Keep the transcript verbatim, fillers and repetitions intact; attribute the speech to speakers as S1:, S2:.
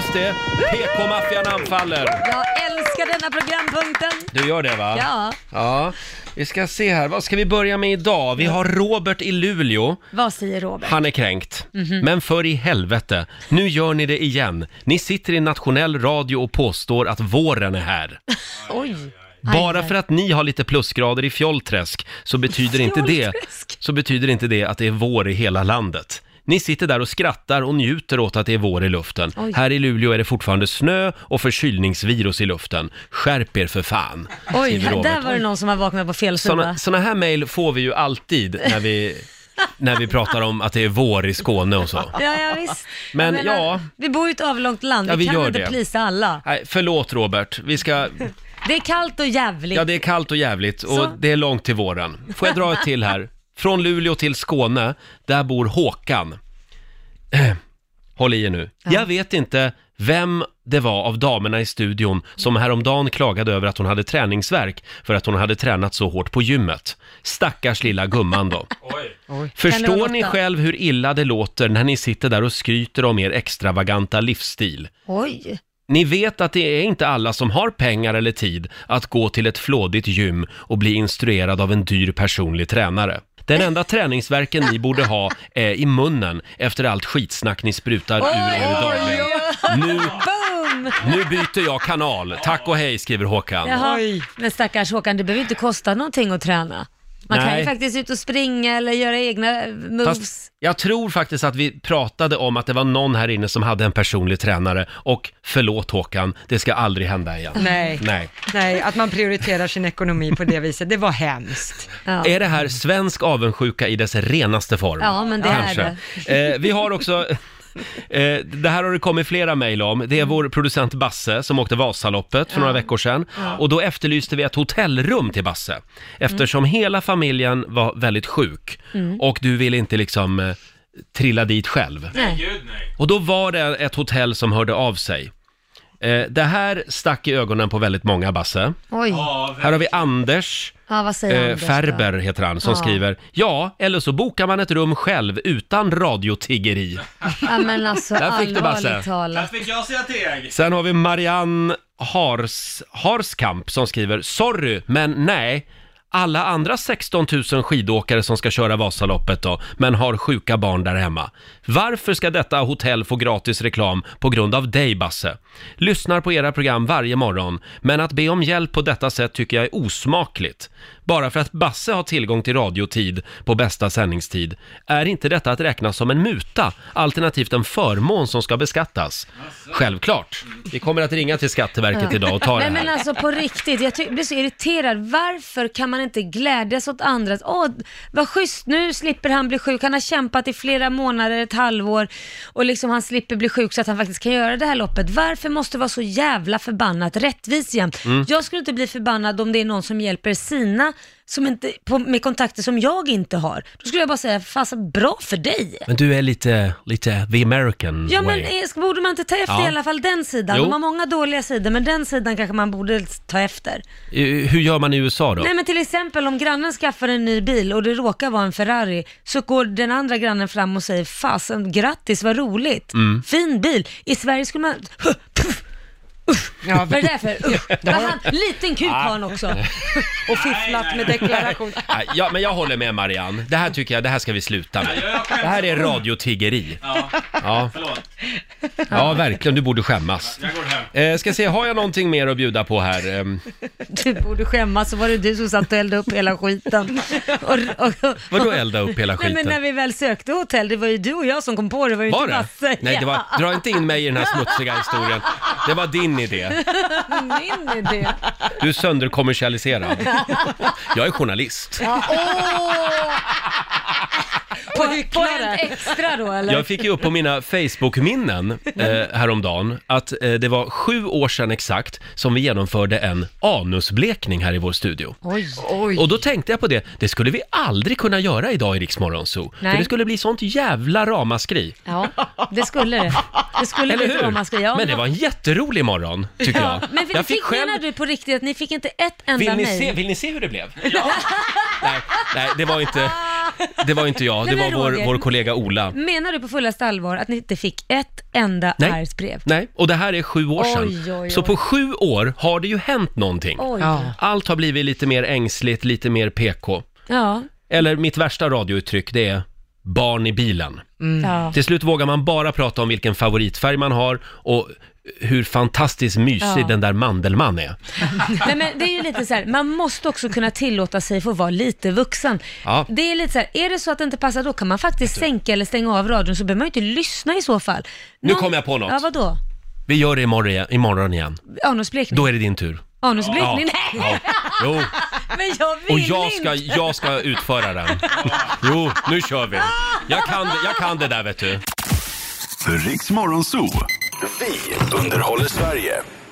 S1: Just det, P K-maffian anfaller.
S2: Jag älskar denna programpunkten.
S1: Du gör det, va?
S2: Ja.
S1: Ja, vi ska se här. Vad ska vi börja med idag? Vi har Robert i Luleå.
S2: Vad säger Robert?
S1: Han är kränkt.
S2: Mhm.
S1: Men för i helvete, nu gör ni det igen. Ni sitter i nationell radio och påstår att våren är här.
S2: Oj.
S1: Bara för att ni har lite plusgrader i Fjollträsk så betyder inte det,
S2: Fjollträsk.
S1: så betyder inte det att det är vår i hela landet. Ni sitter där och skrattar och njuter åt att det är vår i luften.
S2: Oj.
S1: Här i Luleå är det fortfarande snö och förkylningsvirus i luften. Skärp er för fan.
S2: Oj,
S1: skriver Robert.
S2: där var det någon som har vaknat på fel sida.
S1: Såna, såna här mejl får vi ju alltid när vi, när vi pratar om att det är vår i Skåne och så.
S2: Ja, ja visst.
S1: Men
S2: Jag menar,
S1: ja.
S2: Vi bor ju i ett avlångt land,
S1: Ja,
S2: vi
S1: vi
S2: kan
S1: gör
S2: inte
S1: det.
S2: plisa alla.
S1: Nej, förlåt Robert, vi ska...
S2: Det är kallt och jävligt.
S1: Ja, det är kallt och jävligt och
S2: Så.
S1: det är långt till våren. Får jag dra ett till här? Från Luleå till Skåne, där bor Håkan. Håll i er nu.
S2: Ja.
S1: Jag vet inte vem det var av damerna i studion som häromdagen klagade över att hon hade träningsvärk för att hon hade tränat så hårt på gymmet. Stackars lilla gumman då.
S3: Oj.
S2: Kan det vara
S1: Förstår ni
S2: något då?
S1: själv hur illa det låter när ni sitter där och skryter om er extravaganta livsstil?
S2: Oj.
S1: Ni vet att det är inte alla som har pengar eller tid att gå till ett flådigt gym och bli instruerad av en dyr personlig tränare. Den enda träningsverken ni borde ha är i munnen efter allt skitsnack ni sprutar ur er dagligen. Nu,
S2: Boom!
S1: nu byter jag kanal. Tack och hej, skriver Håkan.
S2: Jaha, men stackars Håkan, det behöver inte kosta någonting att träna. Man kan
S1: Nej.
S2: ju faktiskt ut och springa eller göra egna moves.
S1: Fast jag tror faktiskt att vi pratade om att det var någon här inne som hade en personlig tränare och förlåt Håkan, det ska aldrig hända igen.
S4: Nej.
S1: Nej.
S4: Nej, att man prioriterar sin ekonomi på det viset, det var hemskt.
S2: Ja.
S1: Är det här svensk avundsjuka i dess renaste form?
S2: Ja, men det
S1: Kanske.
S2: är det.
S1: Eh, vi har också... Eh, det här har det kommit flera mejl om. Det är vår producent Basse som åkte Vasaloppet för några veckor sedan. Och då efterlyste vi ett hotellrum till Basse. Eftersom hela familjen var väldigt sjuk. Och du ville inte liksom eh, trilla dit själv.
S2: Nej.
S3: Gud, nej.
S1: Och då var det ett hotell som hörde av sig. Eh, det här stack i ögonen på väldigt många, Basse.
S2: Oj.
S3: Ja,
S1: Här har vi Anders.
S2: Ja, vad säger
S1: Eh,
S2: Anders då?
S1: Färber heter han som
S2: Ja.
S1: skriver: ja, eller så bokar man ett rum själv utan radiotiggeri.
S2: Ja, men alltså
S1: Där fick du, Basse.
S2: allvarligt
S3: Där
S2: talat.
S3: fick jag säga teg.
S1: Sen har vi Marianne Hars, Harskamp som skriver: sorry, men nej. Alla andra sexton tusen skidåkare som ska köra Vasaloppet då, men har sjuka barn där hemma. Varför ska detta hotell få gratis reklam på grund av dig, Basse? Lyssnar på era program varje morgon, men att be om hjälp på detta sätt tycker jag är osmakligt. Bara för att Basse har tillgång till radiotid på bästa sändningstid, är inte detta att räkna som en muta, alternativt en förmån som ska beskattas? Självklart. Vi kommer att ringa till Skatteverket idag och ta det
S2: Nej, men
S1: här.
S2: alltså på riktigt, jag ty- blir så irriterad. Varför kan man inte glädjas åt andra? Åh, vad schysst, nu slipper han bli sjuk. Han har kämpat i flera månader, ett halvår och liksom han slipper bli sjuk så att han faktiskt kan göra det här loppet. Varför måste det vara så jävla förbannat rättvis jämt?
S1: Mm.
S2: Jag skulle inte bli förbannad om det är någon som hjälper sina som inte, på, med kontakter som jag inte har. Då skulle jag bara säga, fast bra för dig.
S1: Men du är lite, lite the American
S2: Ja, men
S1: way.
S2: eh, borde man inte ta efter
S1: Ja.
S2: i alla fall den sidan?
S1: Jo.
S2: De har många dåliga sidor, men den sidan kanske man borde ta efter.
S1: Eh, Hur gör man i U S A då?
S2: Nej, men till exempel om grannen skaffar en ny bil och det råkar vara en Ferrari, så går den andra grannen fram och säger, fasen, grattis, vad roligt.
S1: Mm.
S2: Fin bil. I Sverige skulle man...
S4: Ja,
S2: Vad är det där för? Usch. Vad han, liten kuk har han också.
S4: och fifflat med deklaration.
S1: Nej, Ja, men jag håller med Marianne. Det här tycker jag, det här ska vi sluta med.
S3: Ja, jag skäms.
S1: Det här är radiotiggeri.
S3: Ja,
S1: Ja,
S3: förlåt.
S1: ja verkligen, du borde skämmas.
S3: Jag går hem.
S1: Eh, ska se, har jag någonting mer att bjuda på här? Ehm,
S2: Du borde skämmas, så var det du som satt och eldade upp hela skiten. Och, och, och,
S1: vadå elda upp hela
S2: Nej,
S1: skiten?
S2: men när vi väl sökte hotell, det var ju du och jag som kom på det, var ju
S1: Var
S2: inte
S1: det?
S2: Basse.
S1: Nej, det var, dra inte in mig i den här smutsiga historien. Det var din idé.
S2: Min idé.
S1: Du är sönderkommersialiserad. Jag är journalist.
S2: Ja, åh!
S4: På
S2: På en
S4: hycklare.
S2: extra då, eller?
S1: Jag fick ju upp på mina Facebook-minnen eh, häromdagen att eh, det var sju år sedan exakt som vi genomförde en anusblekning här i vår studio.
S2: Oj.
S4: Oj.
S1: Och då tänkte jag på det, det skulle vi aldrig kunna göra idag i Rix Morgon Zoo.
S2: Nej.
S1: För det skulle bli sånt jävla ramaskri.
S2: Ja, det skulle det. Det skulle
S1: Eller
S2: bli
S1: hur?
S2: om man ska. Ja,
S1: Men det var en jätterolig morgon, tycker jag.
S2: Men
S1: jag
S2: fick menar du på riktigt att ni fick inte ett enda
S1: Vill ni,
S2: mejl?
S1: se, vill ni se hur det blev? Ja. nej, nej, det var inte... det var inte jag. Det
S2: Nej,
S1: var
S2: men
S1: vår,
S2: Roger,
S1: vår kollega Ola.
S2: Menar du på fullaste allvar att ni inte fick ett enda
S1: Nej.
S2: argt brev?
S1: Nej, och det här är sju år sedan.
S2: Oj, oj, oj.
S1: Så på sju år har det ju hänt någonting.
S2: Oj.
S4: Ja.
S1: Allt har blivit lite mer ängsligt, lite mer P K.
S2: Ja.
S1: Eller mitt värsta radiouttryck, det är barn i bilen.
S2: Ja.
S1: Till slut vågar man bara prata om vilken favoritfärg man har och hur fantastiskt mysig
S2: Ja.
S1: den där Mandelmann är.
S2: Nej, men det är ju lite så här, man måste också kunna tillåta sig för att vara lite vuxen.
S1: Ja.
S2: Det är lite så här, är det så att det inte passar, då kan man faktiskt sänka eller stänga av radion, så behöver man ju inte lyssna i så fall.
S1: Nu kom jag på något.
S2: Ja, vadå?
S1: Vi gör det imorgon, imorgon igen.
S2: Anusblekning?
S1: Då är det din tur.
S2: Anusblekning?
S1: Ja.
S2: Nej!
S1: Ja. Jo.
S2: Men jag vill
S1: Och jag ska,
S2: inte!
S1: jag ska utföra den. Jo, nu kör vi. Jag kan, jag kan det där, vet du.
S3: Riks Morgonzoo. Vi underhåller Sverige.